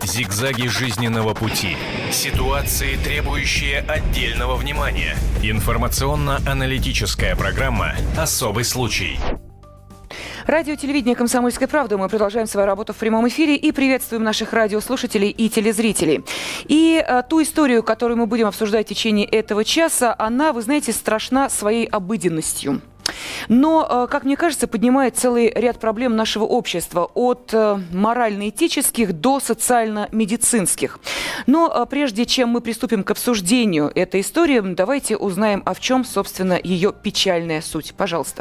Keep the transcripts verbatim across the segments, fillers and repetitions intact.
Зигзаги жизненного пути. Ситуации, требующие отдельного внимания. Информационно-аналитическая программа «Особый случай». Радио, телевидение «Комсомольская правда». Мы продолжаем свою работу в прямом эфире и приветствуем наших радиослушателей и телезрителей. И а, ту историю, которую мы будем обсуждать в течение этого часа, она, вы знаете, страшна своей обыденностью. Но, как мне кажется, поднимает целый ряд проблем нашего общества, от морально-этических до социально-медицинских. Но прежде чем мы приступим к обсуждению этой истории, давайте узнаем, а в чем, собственно, ее печальная суть. Пожалуйста.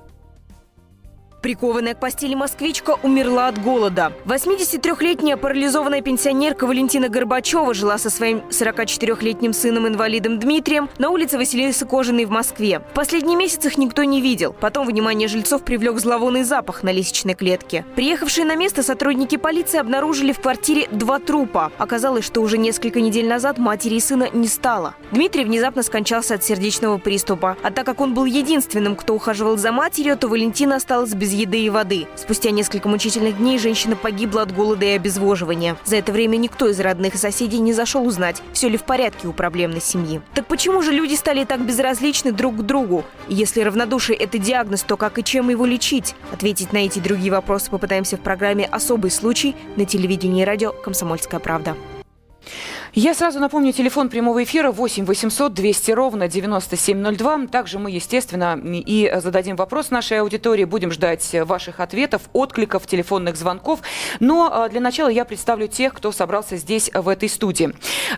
Прикованная к постели москвичка умерла от голода. восьмидесятитрёхлетняя парализованная пенсионерка Валентина Горбачева жила со своим сорокачетырёхлетним сыном-инвалидом Дмитрием на улице Василисы Кожаной в Москве. В последние месяцы их никто не видел. Потом внимание жильцов привлек зловонный запах на лестничной клетке. Приехавшие на место сотрудники полиции обнаружили в квартире два трупа. Оказалось, что уже несколько недель назад матери и сына не стало. Дмитрий внезапно скончался от сердечного приступа. А так как он был единственным, кто ухаживал за матерью, то Валентина осталась без еды и воды. Спустя несколько мучительных дней женщина погибла от голода и обезвоживания. За это время никто из родных и соседей не зашел узнать, все ли в порядке у проблемной семьи. Так почему же люди стали так безразличны друг к другу? И если равнодушие – это диагноз, то как и чем его лечить? Ответить на эти и другие вопросы попытаемся в программе «Особый случай» на телевидении и радио «Комсомольская правда». Я сразу напомню, телефон прямого эфира восемь восемьсот двести ровно девяносто семь ноль два. Также мы, естественно, и зададим вопрос нашей аудитории. Будем ждать ваших ответов, откликов, телефонных звонков. Но для начала я представлю тех, кто собрался здесь, в этой студии.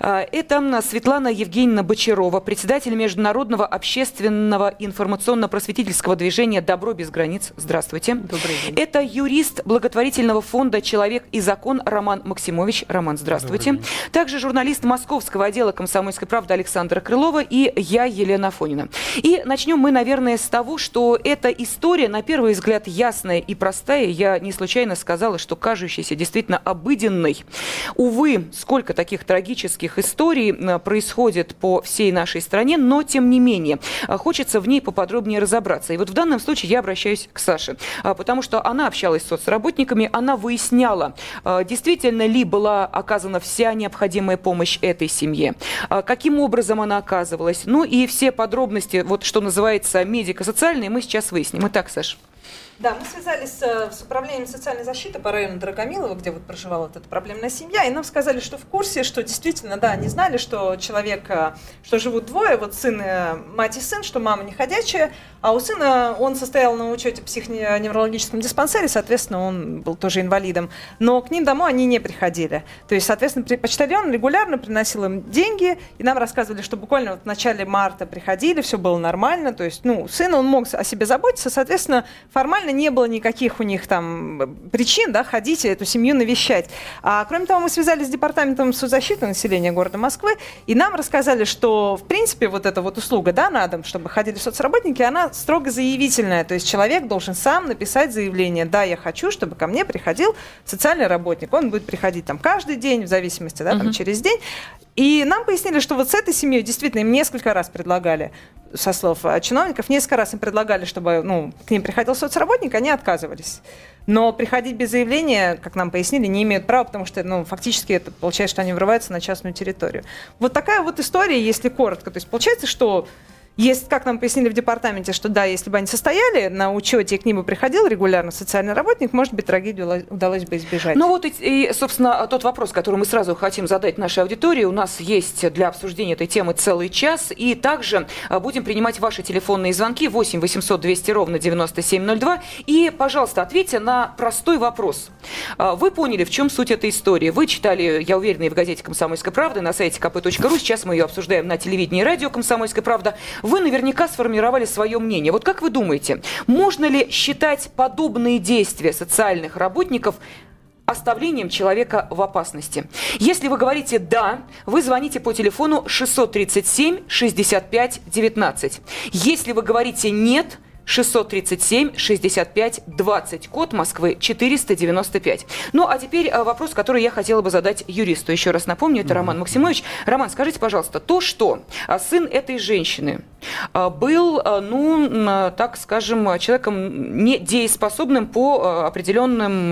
Это Светлана Евгеньевна Бочарова, председатель Международного общественного информационно-просветительского движения «Добро без границ». Здравствуйте. Добрый день. Это юрист благотворительного фонда «Человек и закон» Роман Максимович. Роман, здравствуйте. Также журналист московского отдела «Комсомольской правды» Александра Крылова и я, Елена Афонина. И начнем мы, наверное, с того, что эта история, на первый взгляд, ясная и простая. Я не случайно сказала, что кажущаяся действительно обыденной. Увы, сколько таких трагических историй происходит по всей нашей стране, но, тем не менее, хочется в ней поподробнее разобраться. И вот в данном случае я обращаюсь к Саше, потому что она общалась с соцработниками, она выясняла, действительно ли была оказана вся необходимая помощь помощь этой семье, каким образом она оказывалась. Ну и все подробности, вот что называется медико-социальные, мы сейчас выясним. Итак, Саш. Да, мы связались с, с управлением социальной защиты по району Дорогомилово, где вот проживала вот эта проблемная семья, и нам сказали, что в курсе, что действительно, да, они знали, что человек, что живут двое, вот сын, мать и сын, что мама не ходячая, а у сына он состоял на учете в психоневрологическом диспансере, соответственно, он был тоже инвалидом, но к ним домой они не приходили. То есть, соответственно, почтальон регулярно приносил им деньги, и нам рассказывали, что буквально вот в начале марта приходили, все было нормально, то есть, ну, сын, он мог о себе заботиться, соответственно, формально не было никаких у них там причин, да, ходить эту семью навещать. А кроме того, мы связались с департаментом соцзащиты населения города Москвы, и нам рассказали, что, в принципе, вот эта вот услуга, да, на дом, чтобы ходили соцработники, она строго заявительная, то есть человек должен сам написать заявление: да, я хочу, чтобы ко мне приходил социальный работник. Он будет приходить там каждый день, в зависимости, да, там, uh-huh. через день. И нам пояснили, что вот с этой семьей действительно им несколько раз предлагали, со слов чиновников, несколько раз им предлагали, чтобы, ну, к ним приходил соцработник, они отказывались. Но приходить без заявления, как нам пояснили, не имеют права, потому что, ну, фактически это получается, что они врываются на частную территорию. Вот такая вот история, если коротко. То есть получается, что есть, как нам пояснили в департаменте, что да, если бы они состояли на учете и к ним бы приходил регулярно социальный работник, может быть, трагедию удалось бы избежать. Ну вот и, и, собственно, тот вопрос, который мы сразу хотим задать нашей аудитории. У нас есть для обсуждения этой темы целый час. И также будем принимать ваши телефонные звонки восемь восемьсот двести ровно девяносто семь ноль два. И, пожалуйста, ответьте на простой вопрос. Вы поняли, в чем суть этой истории? Вы читали, я уверена, и в газете «Комсомольская правда», на сайте ка пэ точка ру. Сейчас мы ее обсуждаем на телевидении и радио «Комсомольская правда». Вы наверняка сформировали свое мнение. Вот как вы думаете, можно ли считать подобные действия социальных работников оставлением человека в опасности? Если вы говорите «да», вы звоните по телефону шестьсот тридцать семь шестьдесят пять девятнадцать. Если вы говорите «нет», шестьсот тридцать семь шестьдесят пять двадцать, код Москвы четыреста девяносто пять. Ну, а теперь вопрос, который я хотела бы задать юристу. Еще раз напомню, это Роман Максимович. Роман, скажите, пожалуйста, то, что сын этой женщины был, ну, так скажем, человеком недееспособным по определенным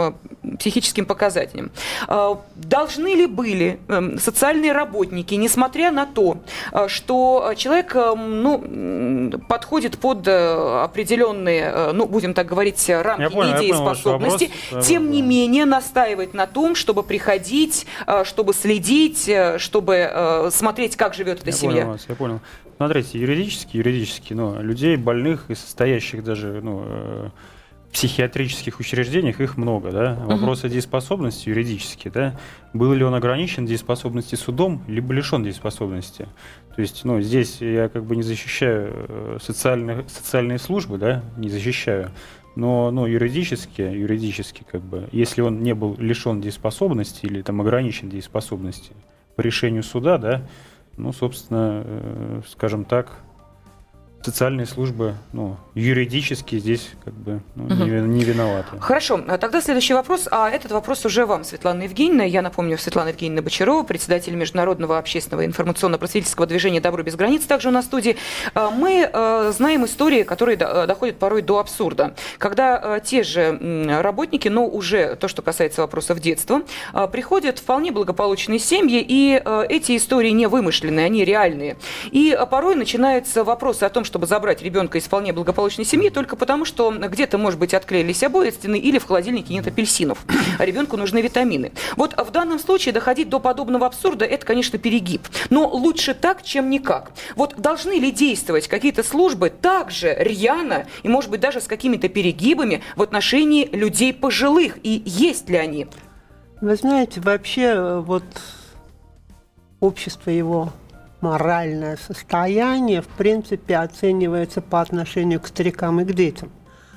психическим показателям. Должны ли были социальные работники, несмотря на то, что человек ну, подходит под определенные, ну, будем так говорить, рамки понял, недееспособности, тем не менее настаивать на том, чтобы приходить, чтобы следить, чтобы смотреть, как живет эта я семья? Понял вас, я понял. Смотрите, юридически, юридически, ну, людей больных и состоящих даже, ну, в психиатрических учреждениях их много, да. Вопрос о дееспособности юридически, да. Был ли он ограничен дееспособности судом, либо лишен дееспособности? То есть, ну, здесь я как бы не защищаю социальные, социальные службы, да, не защищаю. Но, ну, юридически, юридически, как бы, если он не был лишен дееспособности или там ограничен дееспособности по решению суда, да, ну, собственно, э, скажем так, социальные службы, ну, юридически здесь как бы ну, угу. не, не виноваты. Хорошо, тогда следующий вопрос, а этот вопрос уже вам, Светлана Евгеньевна. Я напомню, Светлана Евгеньевна Бочарова, председатель Международного общественного информационно-просветительского движения «Добро без границ», также у нас в студии. Мы э, знаем истории, которые до, доходят порой до абсурда, когда э, те же работники, но уже то, что касается вопросов детства, э, приходят в вполне благополучные семьи, и э, эти истории не вымышленные, они реальные. И э, порой начинается вопрос о том, чтобы забрать ребенка из вполне благополучной семьи только потому, что где-то, может быть, отклеились обои от стены или в холодильнике нет апельсинов, а ребенку нужны витамины. Вот в данном случае доходить до подобного абсурда – это, конечно, перегиб. Но лучше так, чем никак. Вот должны ли действовать какие-то службы так же рьяно и, может быть, даже с какими-то перегибами в отношении людей пожилых? И есть ли они? Вы знаете, вообще вот общество его... моральное состояние, в принципе, оценивается по отношению к старикам и к детям.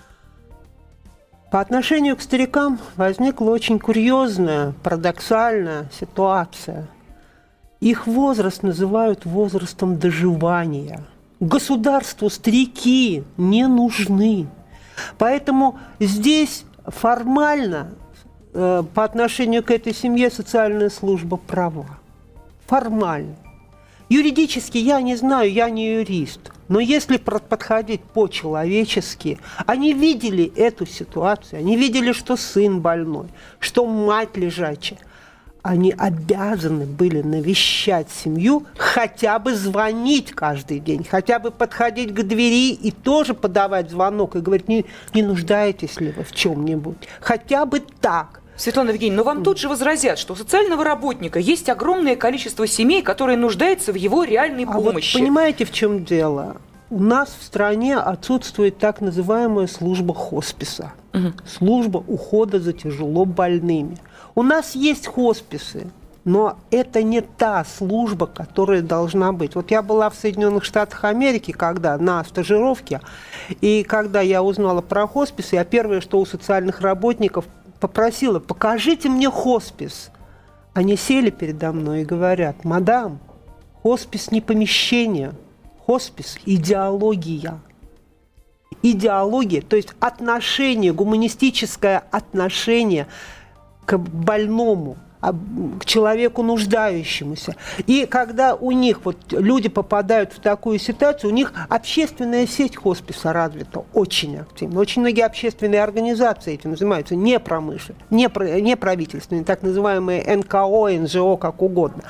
По отношению к старикам возникла очень курьезная, парадоксальная ситуация. Их возраст называют возрастом доживания. Государству старики не нужны. Поэтому здесь формально э, по отношению к этой семье социальная служба права. Формально. Юридически я не знаю, я не юрист, но если подходить по-человечески, они видели эту ситуацию, они видели, что сын больной, что мать лежачая. Они обязаны были навещать семью, хотя бы звонить каждый день, хотя бы подходить к двери и тоже подавать звонок и говорить, не, не нуждаетесь ли вы в чем-нибудь, хотя бы так. Светлана Евгеньевна, но вам тут же возразят, что у социального работника есть огромное количество семей, которые нуждаются в его реальной а помощи. Вот понимаете, в чем дело? У нас в стране отсутствует так называемая служба хосписа, угу. служба ухода за тяжело больными. У нас есть хосписы, но это не та служба, которая должна быть. Вот я была в Соединенных Штатах Америки, когда на стажировке, и когда я узнала про хосписы, я первое, что у социальных работников попросила, покажите мне хоспис. Они сели передо мной и говорят, мадам, хоспис не помещение, хоспис – идеология. Идеология, то есть отношение, гуманистическое отношение к больному, к человеку нуждающемуся. И когда у них вот люди попадают в такую ситуацию, у них общественная сеть хосписа развита очень активно. Очень многие общественные организации этим занимаются, не промышленные, не, не правительственные, так называемые эн ка о, эн жэ о, как угодно.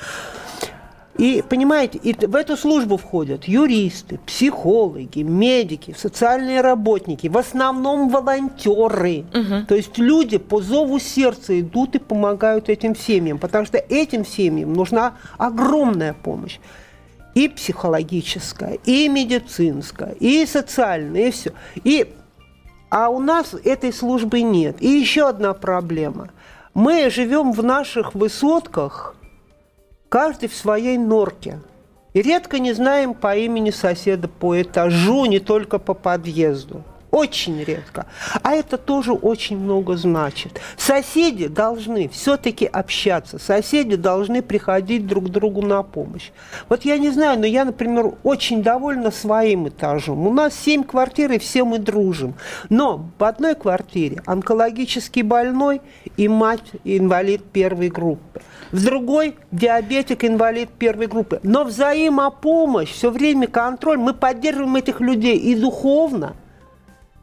И, понимаете, и в эту службу входят юристы, психологи, медики, социальные работники, в основном волонтеры. Угу. То есть люди по зову сердца идут и помогают этим семьям, потому что этим семьям нужна огромная помощь. И психологическая, и медицинская, и социальная, и все. И, а у нас этой службы нет. И еще одна проблема. Мы живем в наших высотках, каждый в своей норке. И редко не знаем по имени соседа по этажу, не только по подъезду. Очень редко. А это тоже очень много значит. Соседи должны все-таки общаться. Соседи должны приходить друг другу на помощь. Вот я не знаю, но я, например, очень довольна своим этажом. У нас семь квартир, и все мы дружим. Но в одной квартире онкологически больной и мать инвалид первой группы. В другой диабетик, инвалид первой группы. Но взаимопомощь, все время контроль. Мы поддерживаем этих людей и духовно,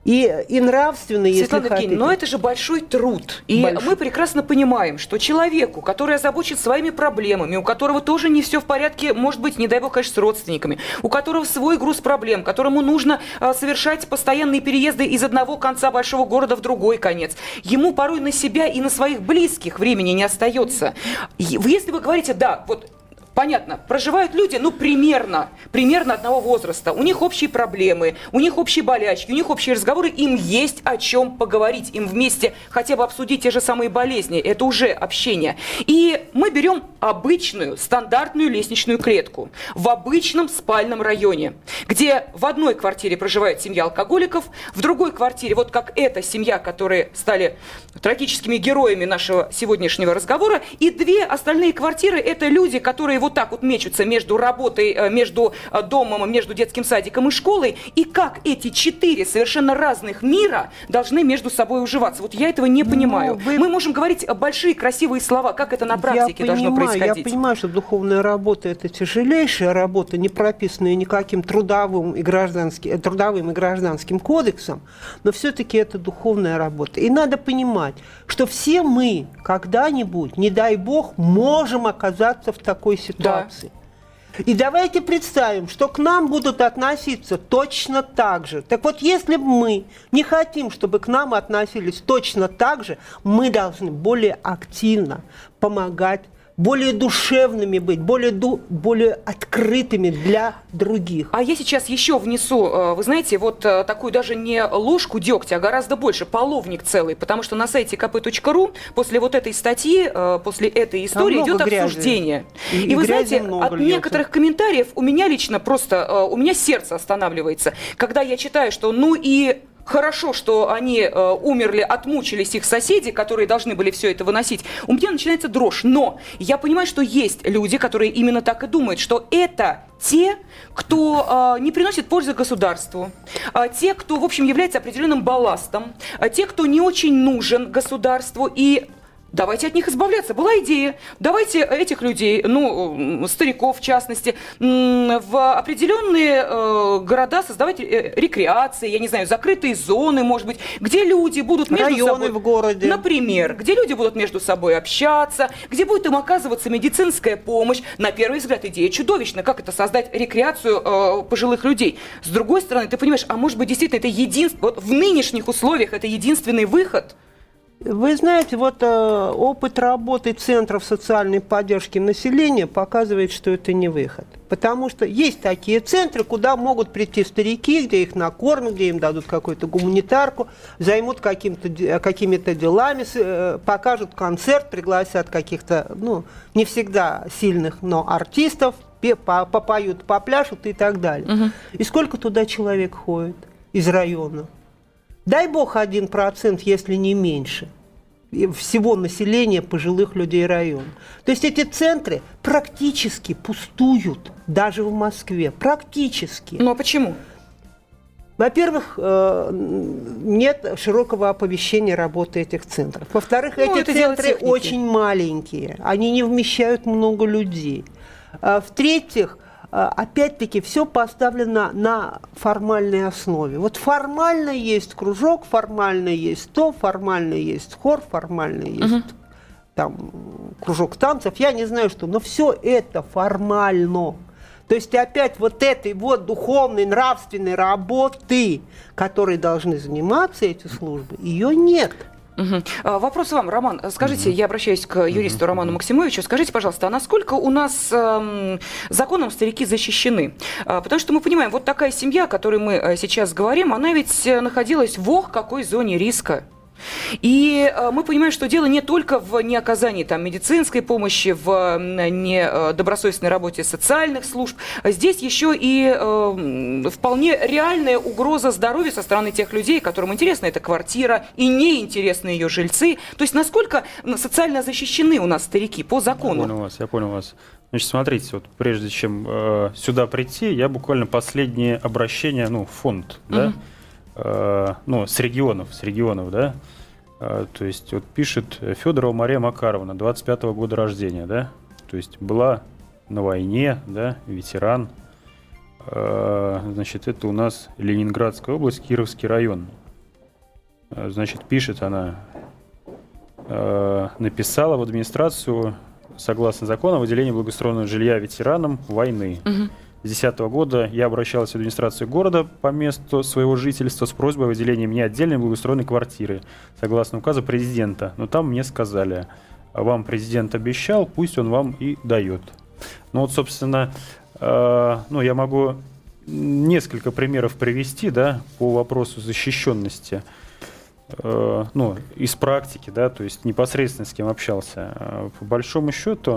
И, и нравственно, если Светлана хотите. Евгеньевна, но это же большой труд. И Большой. мы прекрасно понимаем, что человеку, который озабочен своими проблемами, у которого тоже не все в порядке, может быть, не дай бог, конечно, с родственниками, у которого свой груз проблем, которому нужно а, совершать постоянные переезды из одного конца большого города в другой конец, ему порой на себя и на своих близких времени не остается. Если вы говорите, да, вот... Понятно, проживают люди, ну, примерно, примерно одного возраста. У них общие проблемы, у них общие болячки, у них общие разговоры, им есть о чем поговорить, им вместе хотя бы обсудить те же самые болезни. Это уже общение. И мы берем обычную, стандартную лестничную клетку в обычном спальном районе, где в одной квартире проживает семья алкоголиков, в другой квартире, вот как эта семья, которые стали трагическими героями нашего сегодняшнего разговора, и две остальные квартиры – это люди, которые вот так вот мечутся между работой, между домом, между детским садиком и школой, и как эти четыре совершенно разных мира должны между собой уживаться. Вот я этого не понимаю. Ну, вы... Мы можем говорить большие красивые слова, как это на практике я должно понимаю, происходить. Я понимаю, что духовная работа – это тяжелейшая работа, не прописанная никаким трудовым и гражданским, трудовым и гражданским кодексом, но все-таки это духовная работа. И надо понимать, что все мы когда-нибудь, не дай бог, можем оказаться в такой ситуации. Ситуации. Да. И давайте представим, что к нам будут относиться точно так же. Так вот, если мы не хотим, чтобы к нам относились точно так же, мы должны более активно помогать, более душевными быть, более, ду- более открытыми для других. А я сейчас еще внесу, вы знаете, вот такую даже не ложку дегтя, а гораздо больше, половник целый, потому что на сайте ка пэ точка ру после вот этой статьи, после этой истории идет обсуждение. И, и, и вы знаете, от льется. Некоторых комментариев у меня лично просто, у меня сердце останавливается, когда я читаю, что ну и... Хорошо, что они э, умерли, отмучились их соседи, которые должны были все это выносить. У меня начинается дрожь. Но я понимаю, что есть люди, которые именно так и думают, что это те, кто э, не приносит пользы государству, э, те, кто, в общем, является определенным балластом, э, те, кто не очень нужен государству и... Давайте от них избавляться. Была идея. Давайте этих людей, ну, стариков в частности, в определенные э, города создавать рекреации, я не знаю, закрытые зоны, может быть, где люди будут между районы собой... в городе. Например, где люди будут между собой общаться, где будет им оказываться медицинская помощь. На первый взгляд идея чудовищна. Как это создать рекреацию э, пожилых людей? С другой стороны, ты понимаешь, а может быть, действительно, это единственный... Вот в нынешних условиях это единственный выход? Вы знаете, вот э, опыт работы центров социальной поддержки населения показывает, что это не выход. Потому что есть такие центры, куда могут прийти старики, где их накормят, где им дадут какую-то гуманитарку, займут каким-то, какими-то делами, э, покажут концерт, пригласят каких-то, ну, не всегда сильных, но артистов, попоют, попляшут и так далее. Угу. И сколько туда человек ходит из района? Дай бог один процент, если не меньше, всего населения пожилых людей района. То есть эти центры практически пустуют, даже в Москве. Практически. Ну а почему? Во-первых, нет широкого оповещения работы этих центров. Во-вторых, ну, эти центры очень маленькие, они не вмещают много людей. В-третьих, опять-таки, все поставлено на формальной основе. Вот формально есть кружок, формально есть то, формально есть хор, формально есть uh-huh. там, кружок танцев, я не знаю что, но все это формально. То есть опять вот этой вот духовной, нравственной работы, которой должны заниматься эти службы, ее нет. Угу. А, вопрос вам, Роман. Скажите, угу. я обращаюсь к юристу Роману Максимовичу. Скажите, пожалуйста, а насколько у нас э, законом старики защищены? А, потому что мы понимаем, вот такая семья, о которой мы сейчас говорим, она ведь находилась в ох какой зоне риска. И э, мы понимаем, что дело не только в неоказании там, медицинской помощи, в недобросовестной работе социальных служб. Здесь еще и э, вполне реальная угроза здоровью со стороны тех людей, которым интересна эта квартира и неинтересны ее жильцы. То есть насколько социально защищены у нас старики по закону? Я понял вас, я понял вас. Значит, смотрите, вот прежде чем э, сюда прийти, я буквально последнее обращение, ну, фонд, угу. да, э, ну, с регионов, с регионов, да, э, то есть вот пишет Федорова Мария Макаровна, двадцать пятого года рождения, да, то есть была на войне, да, ветеран, э, значит, это у нас Ленинградская область, Кировский район, Значит, пишет она, э, написала в администрацию, согласно закону, о выделении благоустроенного жилья ветеранам войны. Угу. С две тысячи десятого года я обращалась в администрацию города по месту своего жительства с просьбой о выделении мне отдельной благоустроенной квартиры, согласно указу президента. Но там мне сказали, вам президент обещал, пусть он вам и дает. Ну вот, собственно, э, ну, я могу несколько примеров привести, да, по вопросу защищенности. Э, ну, из практики, да, то есть непосредственно с кем общался. По большому счету,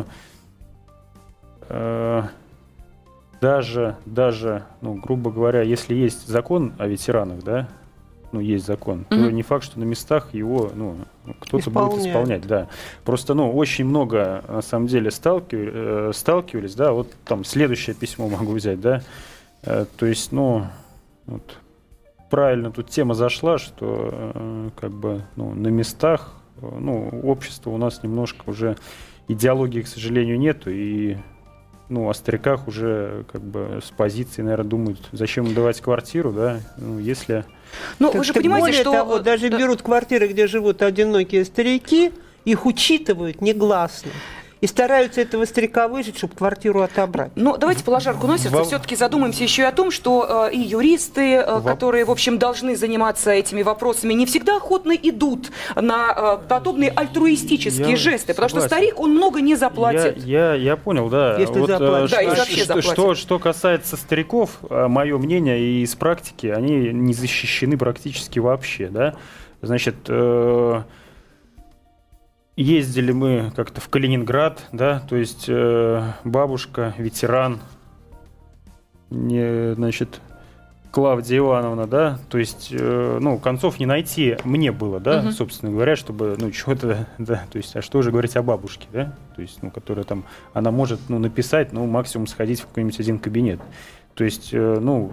э, даже, даже, ну, грубо говоря, если есть закон о ветеранах, да, ну, есть закон, mm-hmm. то не факт, что на местах его, ну, кто-то Исполняет. будет исполнять, да. Просто, ну, очень много, на самом деле, сталкив... э, сталкивались, да, вот там следующее письмо могу взять, да, э, то есть, ну, вот, правильно тут тема зашла, что, э, как бы, ну, на местах, ну, общество у нас немножко уже, идеологии, к сожалению, нету, и ну, о стариках уже как бы с позиции, наверное, думают, зачем им давать квартиру, да, ну, если... Ну, вы же понимаете, более что... того, даже да. берут квартиры, где живут одинокие старики, их учитывают негласно. И стараются этого старика выжить, чтобы квартиру отобрать. Ну, давайте положа руку на сердце, Во... все-таки задумаемся еще и о том, что э, и юристы, э, Во... которые, в общем, должны заниматься этими вопросами, не всегда охотно идут на э, подобные альтруистические я жесты, потому согласен. Что старик, он много не заплатит. Я, я, я понял, да. Если вот, заплатит. Да, что, если что, что, что касается стариков, мое мнение и из практики, они не защищены практически вообще, да. Значит... Э, Ездили мы как-то в Калининград, да, то есть э, бабушка, ветеран, не, значит, Клавдия Ивановна, да, то есть, э, ну, концов не найти мне было, да, угу. собственно говоря, чтобы, ну, что-то, да, то есть, а что уже говорить о бабушке, да, то есть, ну, которая там, она может, ну, написать, ну, максимум сходить в какой-нибудь один кабинет, то есть, э, ну,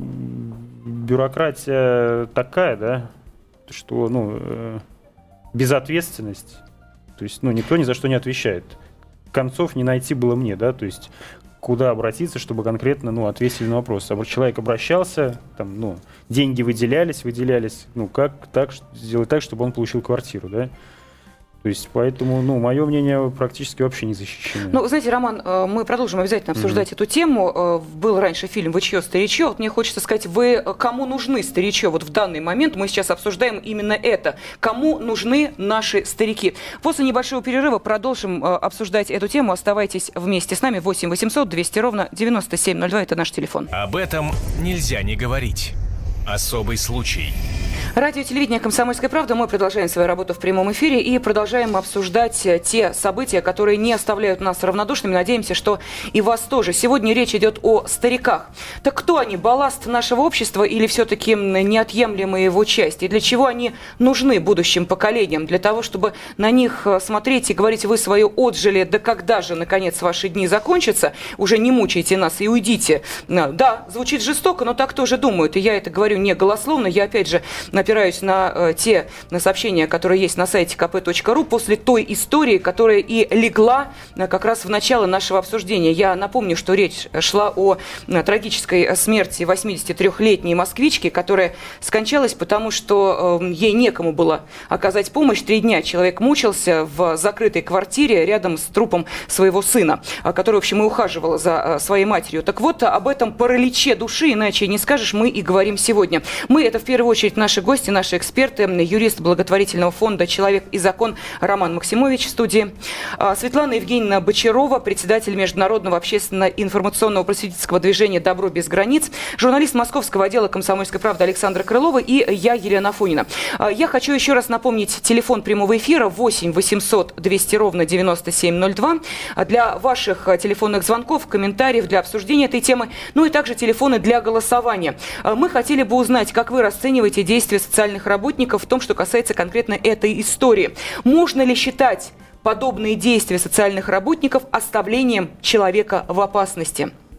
бюрократия такая, да, что, ну, э, безответственность. То есть, ну, никто ни за что не отвечает. Концов не найти было мне, да, то есть, куда обратиться, чтобы конкретно, ну, ответили на вопрос. Человек обращался, там, ну, деньги выделялись, выделялись, ну, как так, сделать так, чтобы он получил квартиру, да. То есть, поэтому, ну, мое мнение практически вообще не защищено. Ну, знаете, Роман, мы продолжим обязательно обсуждать mm-hmm. эту тему. Был раньше фильм «Вы чье старичье?». Вот мне хочется сказать, вы кому нужны старичье? Вот в данный момент мы сейчас обсуждаем именно это. Кому нужны наши старики? После небольшого перерыва продолжим обсуждать эту тему. Оставайтесь вместе с нами. восемь восемьсот двести ровно девяносто семь ноль два. Это наш телефон. Об этом нельзя не говорить. Особый случай. Радио, телевидение «Комсомольская правда». Мы продолжаем свою работу в прямом эфире и продолжаем обсуждать те события, которые не оставляют нас равнодушными. Надеемся, что и вас тоже. Сегодня речь идет о стариках. Так кто они? Балласт нашего общества или все-таки неотъемлемая его часть? И для чего они нужны будущим поколениям? Для того, чтобы на них смотреть и говорить: вы свое отжили, да когда же, наконец, ваши дни закончатся? Уже не мучайте нас и уйдите. Да, звучит жестоко, но так тоже думают. И я это говорю не голословно. Я, опять же, опираюсь на э, те на сообщения, которые есть на сайте ка пэ точка ру после той истории, которая и легла э, как раз в начало нашего обсуждения. Я напомню, что речь шла о э, трагической смерти восьмидесятитрёхлетней москвички, которая скончалась, потому что э, ей некому было оказать помощь. Три дня человек мучился в закрытой квартире рядом с трупом своего сына, э, который, в общем, и ухаживал за э, своей матерью. Так вот, об этом параличе души, иначе не скажешь, мы и говорим сегодня. Мы — это в первую очередь наши гости, наши эксперты, юрист благотворительного фонда «Человек и закон» Роман Максимович в студии, Светлана Евгеньевна Бочарова, председатель Международного общественно-информационного просветительского движения «Добро без границ», журналист московского отдела «Комсомольской правды» Александра Крылова и я, Елена Афонина. Я хочу еще раз напомнить телефон прямого эфира восемь восемьсот двести ровно девяносто семь ноль два для ваших телефонных звонков, комментариев, для обсуждения этой темы, ну и также телефоны для голосования. Мы хотели бы узнать, как вы расцениваете действия социальных работников в том, что касается конкретно этой истории. Можно ли считать подобные действия социальных работников оставлением человека в опасности?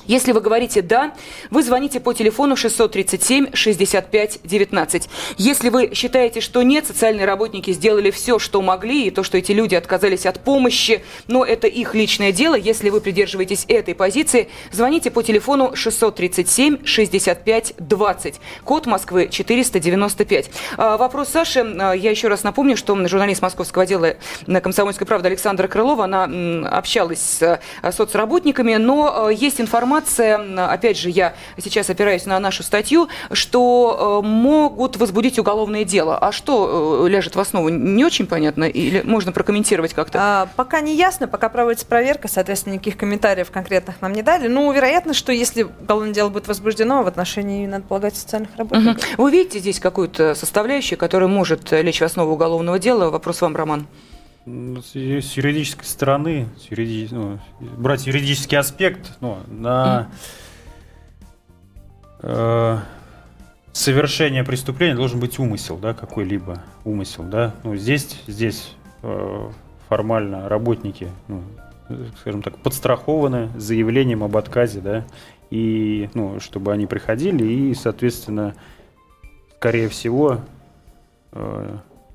Если вы говорите «да», вы звоните по телефону шестьсот тридцать семь шестьдесят пять девятнадцать. Если вы считаете, что нет, социальные работники сделали все, что могли, и то, что эти люди отказались от помощи, но это их личное дело, если вы придерживаетесь этой позиции, звоните по телефону шестьсот тридцать семь шестьдесят пять двадцать, код Москвы четыреста девяносто пять. А, вопрос Саши. Я еще раз напомню, что журналист московского отдела «Комсомольской правды» Александра Крылова, она общалась с соцработниками, но есть информация, опять же, я сейчас опираюсь на нашу статью, что э, могут возбудить уголовное дело. А что э, ляжет в основу, не очень понятно? Или можно прокомментировать как-то? А, пока не ясно, пока проводится проверка, соответственно, никаких комментариев конкретных нам не дали. Ну, вероятно, что если уголовное дело будет возбуждено, в отношении, надо полагать, социальных работников. Угу. Вы видите здесь какую-то составляющую, которая может лечь в основу уголовного дела? Вопрос вам, Роман. С юридической стороны, с юриди... ну, брать юридический аспект, ну, на э, совершение преступления должен быть умысел, да, какой-либо умысел, да. Ну, здесь, здесь э, формально работники, ну, скажем так, подстрахованы заявлением об отказе, да, и, ну, чтобы они приходили и, соответственно, скорее всего, э,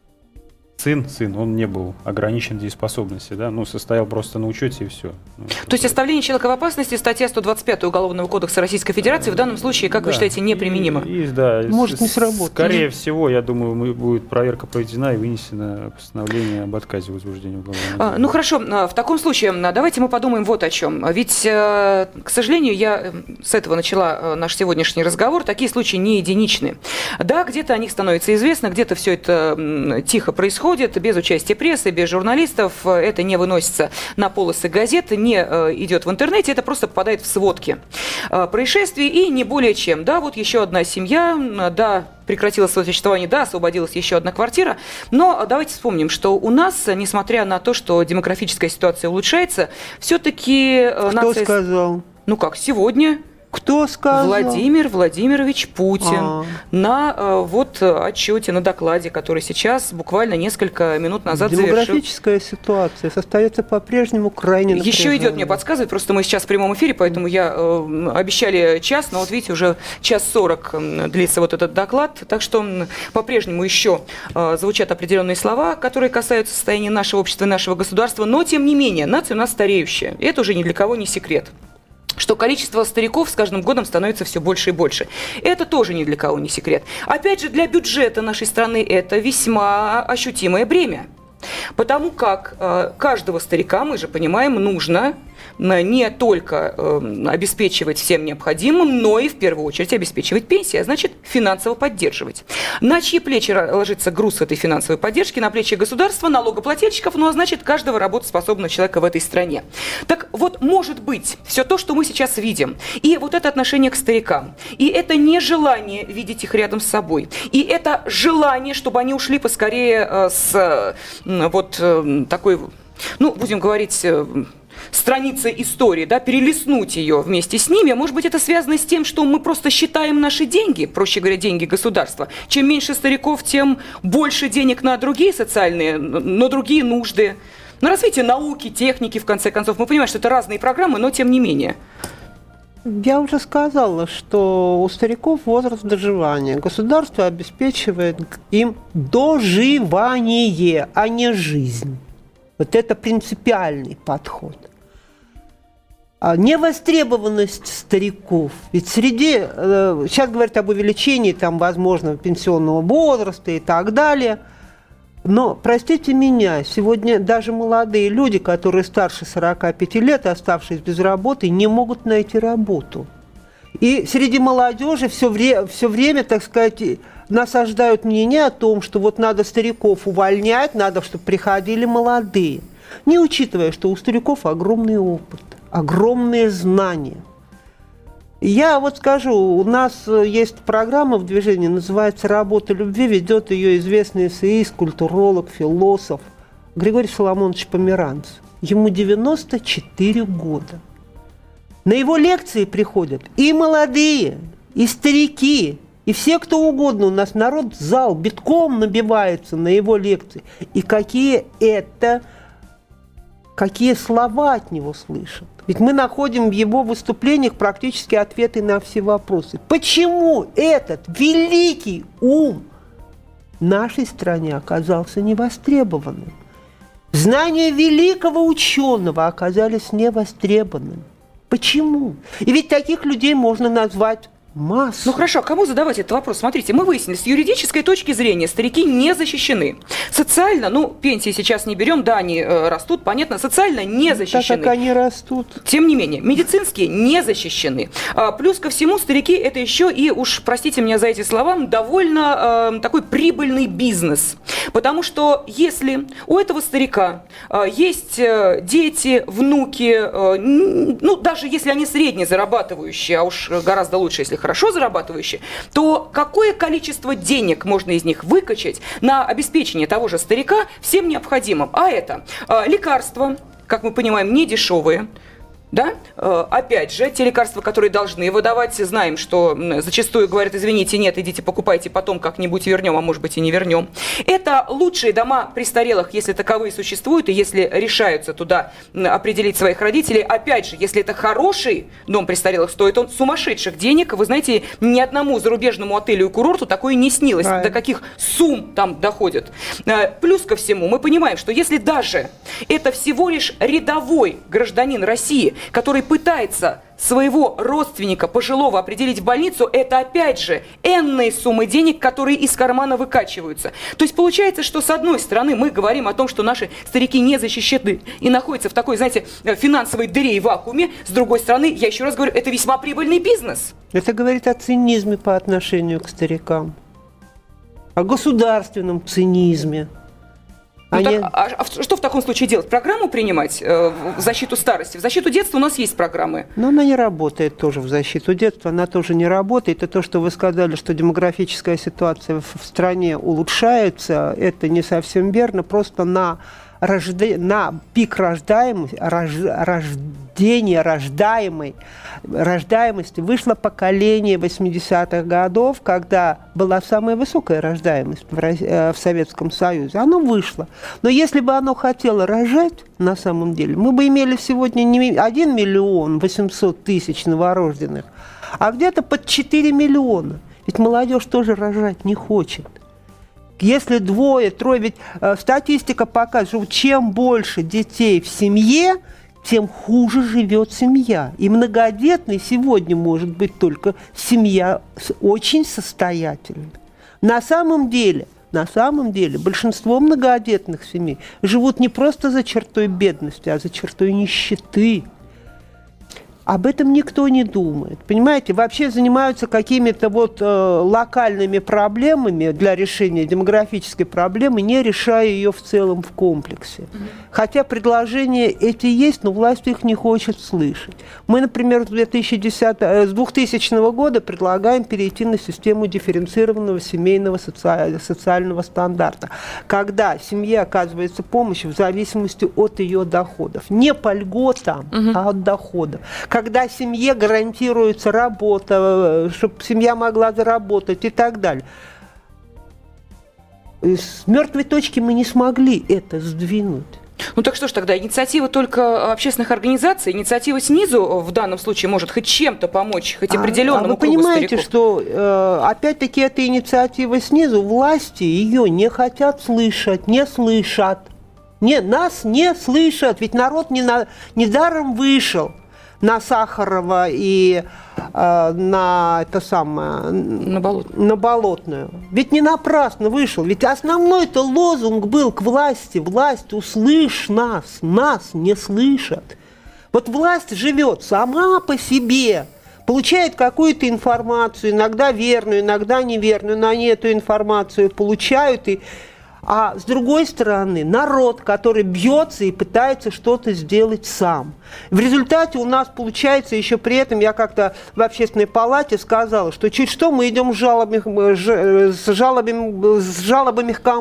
Сын, сын, он не был ограничен дееспособностью, да, ну, состоял просто на учете и все. Ну, то есть оставление человека в опасности, статья сто двадцать пять Уголовного кодекса Российской Федерации, в данном случае, как да. вы считаете, неприменима? И, и, да, может не сработать. Скорее всего, я думаю, будет проверка проведена и вынесено постановление об отказе возбуждения уголовного дела. А, ну хорошо, в таком случае давайте мы подумаем вот о чем. Ведь, к сожалению, я с этого начала наш сегодняшний разговор, такие случаи не единичны. Да, где-то о них становится известно, где-то все это тихо происходит, без участия прессы, без журналистов, это не выносится на полосы газет, не идет в интернете, это просто попадает в сводки происшествий и не более чем. Да, вот еще одна семья, да, прекратила свое существование, да, освободилась еще одна квартира, но давайте вспомним, что у нас, несмотря на то, что демографическая ситуация улучшается, все-таки... Кто нация... сказал? Ну как, сегодня... Кто сказал? Владимир Владимирович Путин А. на э, вот отчете, на докладе, который сейчас буквально несколько минут назад завершил. Демографическая ситуация остается по-прежнему крайне напряженной. Еще идет, мне подсказывает, просто мы сейчас в прямом эфире, поэтому я э, обещали час, но вот видите, уже час сорок длится вот этот доклад, так что по-прежнему еще э, звучат определенные слова, которые касаются состояния нашего общества и нашего государства, но тем не менее, нация у нас стареющая, и это уже ни для кого не секрет, что количество стариков с каждым годом становится все больше и больше. Это тоже ни для кого не секрет. Опять же, для бюджета нашей страны это весьма ощутимое бремя. Потому как э, каждого старика, мы же понимаем, нужно не только э, обеспечивать всем необходимым, но и в первую очередь обеспечивать пенсии, а значит финансово поддерживать. На чьи плечи ложится груз этой финансовой поддержки? На плечи государства, налогоплательщиков, ну а значит каждого работоспособного человека в этой стране. Так вот, может быть, все то, что мы сейчас видим, и вот это отношение к старикам, и это нежелание видеть их рядом с собой, и это желание, чтобы они ушли поскорее э, с э, вот э, такой, ну, будем говорить... Э, страница истории, да, перелистнуть ее вместе с ними. Может быть, это связано с тем, что мы просто считаем наши деньги, проще говоря, деньги государства. Чем меньше стариков, тем больше денег на другие социальные, на другие нужды, на развитие науки, техники, в конце концов. Мы понимаем, что это разные программы, но тем не менее. Я уже сказала, что у стариков возраст доживания. Государство обеспечивает им доживание, а не жизнь. Вот это принципиальный подход. А невостребованность стариков. Ведь среди... Э, сейчас говорят об увеличении, там, возможно, пенсионного возраста и так далее. Но, простите меня, сегодня даже молодые люди, которые старше сорока пяти лет, оставшись без работы, не могут найти работу. И среди молодежи все, вре- все время, так сказать... насаждают мнение о том, что вот надо стариков увольнять, надо, чтобы приходили молодые. Не учитывая, что у стариков огромный опыт, огромные знания. Я вот скажу, у нас есть программа в движении, называется «Работа любви», ведет ее известный эссеист, культуролог, философ Григорий Соломонович Померанцев. Ему девяносто четыре года. На его лекции приходят и молодые, и старики, и все, кто угодно. У нас народ, зал битком набивается на его лекции. И какие это какие слова от него слышат. Ведь мы находим в его выступлениях практически ответы на все вопросы. Почему этот великий ум в нашей стране оказался невостребованным? Знания великого ученого оказались невостребованными. Почему? И ведь таких людей можно назвать массу. Ну хорошо, а кому задавать этот вопрос? Смотрите, мы выяснили, с юридической точки зрения старики не защищены. Социально, ну, пенсии сейчас не берем, да, они э, растут, понятно, социально не защищены. Так как они растут. Тем не менее, медицинские не защищены. А, плюс ко всему, старики это еще и, уж простите меня за эти слова, довольно э, такой прибыльный бизнес. Потому что если у этого старика э, есть э, дети, внуки, э, ну, даже если они средне зарабатывающие, а уж гораздо лучше, если хорошо зарабатывающие, то какое количество денег можно из них выкачать на обеспечение того же старика всем необходимым? А это э, лекарства, как мы понимаем, не дешевые. Да? Опять же, те лекарства, которые должны выдавать, знаем, что зачастую говорят, извините, нет, идите покупайте, потом как-нибудь вернем, а может быть и не вернем. Это лучшие дома престарелых, если таковые существуют, и если решаются туда определить своих родителей. Опять же, если это хороший дом престарелых, стоит он сумасшедших денег. Вы знаете, ни одному зарубежному отелю и курорту такое не снилось, right. До каких сумм там доходят. Плюс ко всему, мы понимаем, что если даже это всего лишь рядовой гражданин России, который пытается своего родственника пожилого определить в больницу, это опять же энные суммы денег, которые из кармана выкачиваются. То есть получается, что с одной стороны мы говорим о том, что наши старики не защищены и находятся в такой, знаете, финансовой дыре и вакууме. С другой стороны, я еще раз говорю, это весьма прибыльный бизнес. Это говорит о цинизме по отношению к старикам, о государственном цинизме. Ну, Они... так, а, а что в таком случае делать? Программу принимать э, в защиту старости? В защиту детства у нас есть программы. Но она не работает тоже в защиту детства, она тоже не работает. И то, что вы сказали, что демографическая ситуация в стране улучшается, это не совсем верно. Просто на, рожде... на пик рождаемости, рож... рождения рождаемой, рождаемости вышло поколение восьмидесятых годов, когда была самая высокая рождаемость в, Рос... в Советском Союзе. Оно вышло. Но если бы оно хотело рожать, на самом деле, мы бы имели сегодня не один миллион восемьсот тысяч новорожденных, а где-то под четыре миллиона. Ведь молодежь тоже рожать не хочет. Если двое, трое, ведь э, статистика показывает, что чем больше детей в семье, тем хуже живет семья. И многодетной сегодня может быть только семья очень состоятельная. На самом деле, на самом деле большинство многодетных семей живут не просто за чертой бедности, а за чертой нищеты. Об этом никто не думает. Понимаете, вообще занимаются какими-то вот э, локальными проблемами для решения демографической проблемы, не решая ее в целом в комплексе. Mm-hmm. Хотя предложения эти есть, но власть их не хочет слышать. Мы, например, с, две тысячи десятого, с двухтысячного года предлагаем перейти на систему дифференцированного семейного соци... социального стандарта, когда семье оказывается помощь в зависимости от ее доходов. Не по льготам, mm-hmm. а от доходов. Когда семье гарантируется работа, чтобы семья могла заработать и так далее. С мертвой точки мы не смогли это сдвинуть. Ну так что ж тогда, инициатива только общественных организаций, инициатива снизу в данном случае может хоть чем-то помочь, хоть определенному а, а кругу вы понимаете, стариков? что э, опять-таки эта инициатива снизу, власти ее не хотят слышать, не слышат. Не, нас не слышат, ведь народ не на, недаром вышел на Сахарова и э, на это самое на, Болотную. на Болотную. Ведь не напрасно вышел. Ведь основной-то лозунг был к власти. Власть, услышь нас. Нас не слышат. Вот власть живет сама по себе, получает какую-то информацию, иногда верную, иногда неверную, но они эту информацию получают и А с другой стороны, народ, который бьется и пытается что-то сделать сам. В результате у нас получается еще при этом, я как-то в общественной палате сказала, что чуть что мы идем с жалобами, с жалобами, с жалобами к кому? К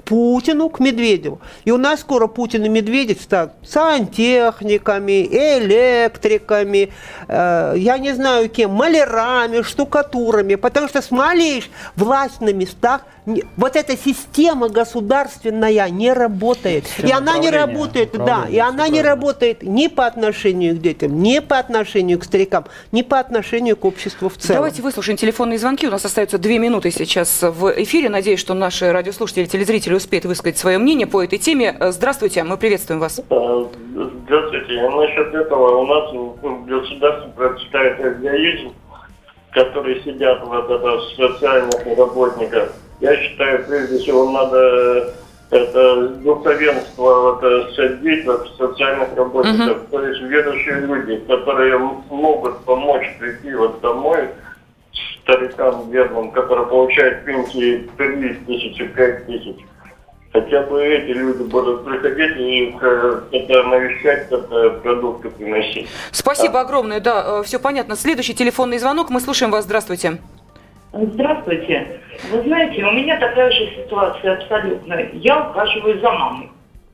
к Путину, к Медведеву. И у нас скоро Путин и Медведев станут сантехниками, электриками, э, я не знаю кем, малярами, штукатурами, потому что, смотришь, власть на местах, не, вот эта система государственная не работает. Система и она не работает, да, и она не работает ни по отношению к детям, ни по отношению к старикам, ни по отношению к обществу в целом. Давайте выслушаем телефонные звонки. У нас остается две минуты сейчас в эфире. Надеюсь, что наши радиослушатели, телезрители успеют высказать свое мнение по этой теме. Здравствуйте, мы приветствуем вас. Здравствуйте. Насчет этого у нас в государстве процветает эгоизм, которые сидят вот это в социальных работниках. Я считаю, прежде всего, надо это духовенство вот, садить вот, в социальных работников, uh-huh. то есть верующие люди, которые могут помочь прийти вот домой старикам бедным, которые получают пенсии три тысячи, пять тысяч. Хотя бы эти люди будут приходить и это навещать, это продукты приносить. Спасибо а? огромное, да, все понятно. Следующий телефонный звонок, мы слушаем вас, здравствуйте. Здравствуйте. Вы знаете, у меня такая же ситуация абсолютно. Я ухаживаю за мамой.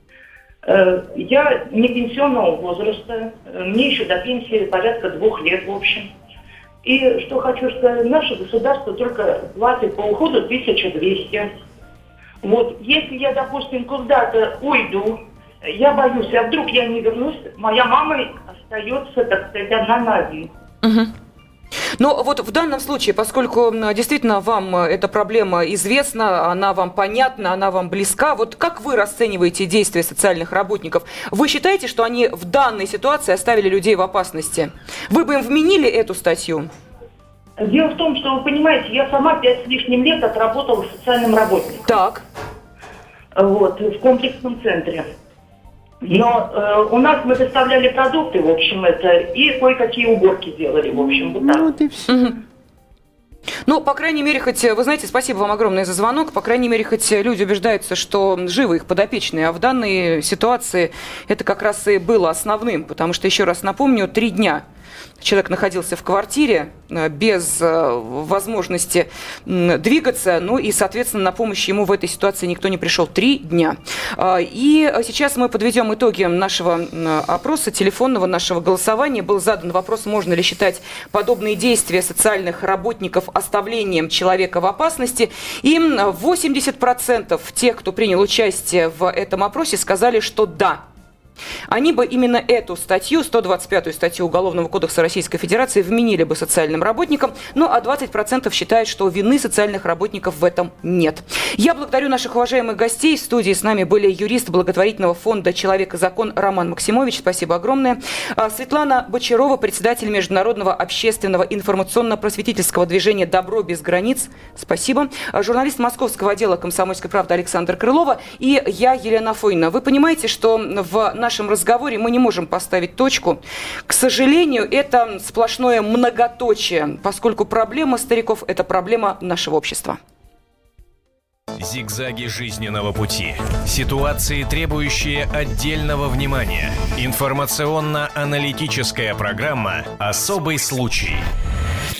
Я не пенсионного возраста, мне еще до пенсии порядка двух лет, в общем. И что хочу сказать, наше государство только платит по уходу тысяча двести. Вот, если я, допустим, куда-то уйду, я боюсь, а вдруг я не вернусь, моя мама остается, так сказать, одна на один. Угу. Но вот в данном случае, поскольку действительно вам эта проблема известна, она вам понятна, она вам близка, вот как вы расцениваете действия социальных работников? Вы считаете, что они в данной ситуации оставили людей в опасности? Вы бы им вменили эту статью? Дело в том, что, вы понимаете, я сама пять с лишним лет отработала социальным работником. Так. Вот, в комплексном центре. Но э, у нас мы доставляли продукты, в общем, это, и кое-какие уборки делали, в общем, вот так. Ну, вот и все. Угу. Ну, по крайней мере, хоть, вы знаете, спасибо вам огромное за звонок, по крайней мере, хоть люди убеждаются, что живы их подопечные, а в данной ситуации это как раз и было основным, потому что, еще раз напомню, три дня человек находился в квартире без возможности двигаться, ну и, соответственно, на помощь ему в этой ситуации никто не пришел три дня. И сейчас мы подведем итоги нашего опроса, телефонного нашего голосования. Был задан вопрос, можно ли считать подобные действия социальных работников оставлением человека в опасности. И восемьдесят процентов тех, кто принял участие в этом опросе, сказали, что да. Они бы именно эту статью, сто двадцать пятую статью Уголовного кодекса Российской Федерации, вменили бы социальным работникам, ну а двадцать процентов считают, что вины социальных работников в этом нет. Я благодарю наших уважаемых гостей. В студии с нами были юрист благотворительного фонда «Человек и закон» Роман Максимович. Спасибо огромное. Светлана Бочарова, председатель Международного общественного информационно-просветительского движения «Добро без границ». Спасибо. Журналист Московского отдела «Комсомольской правды» Александр Крылова. И я, Елена Фойна. Вы понимаете, что в нашем В нашем разговоре мы не можем поставить точку. К сожалению, это сплошное многоточие, поскольку проблема стариков – это проблема нашего общества. Зигзаги жизненного пути. Ситуации, требующие отдельного внимания. Информационно-аналитическая программа «Особый случай».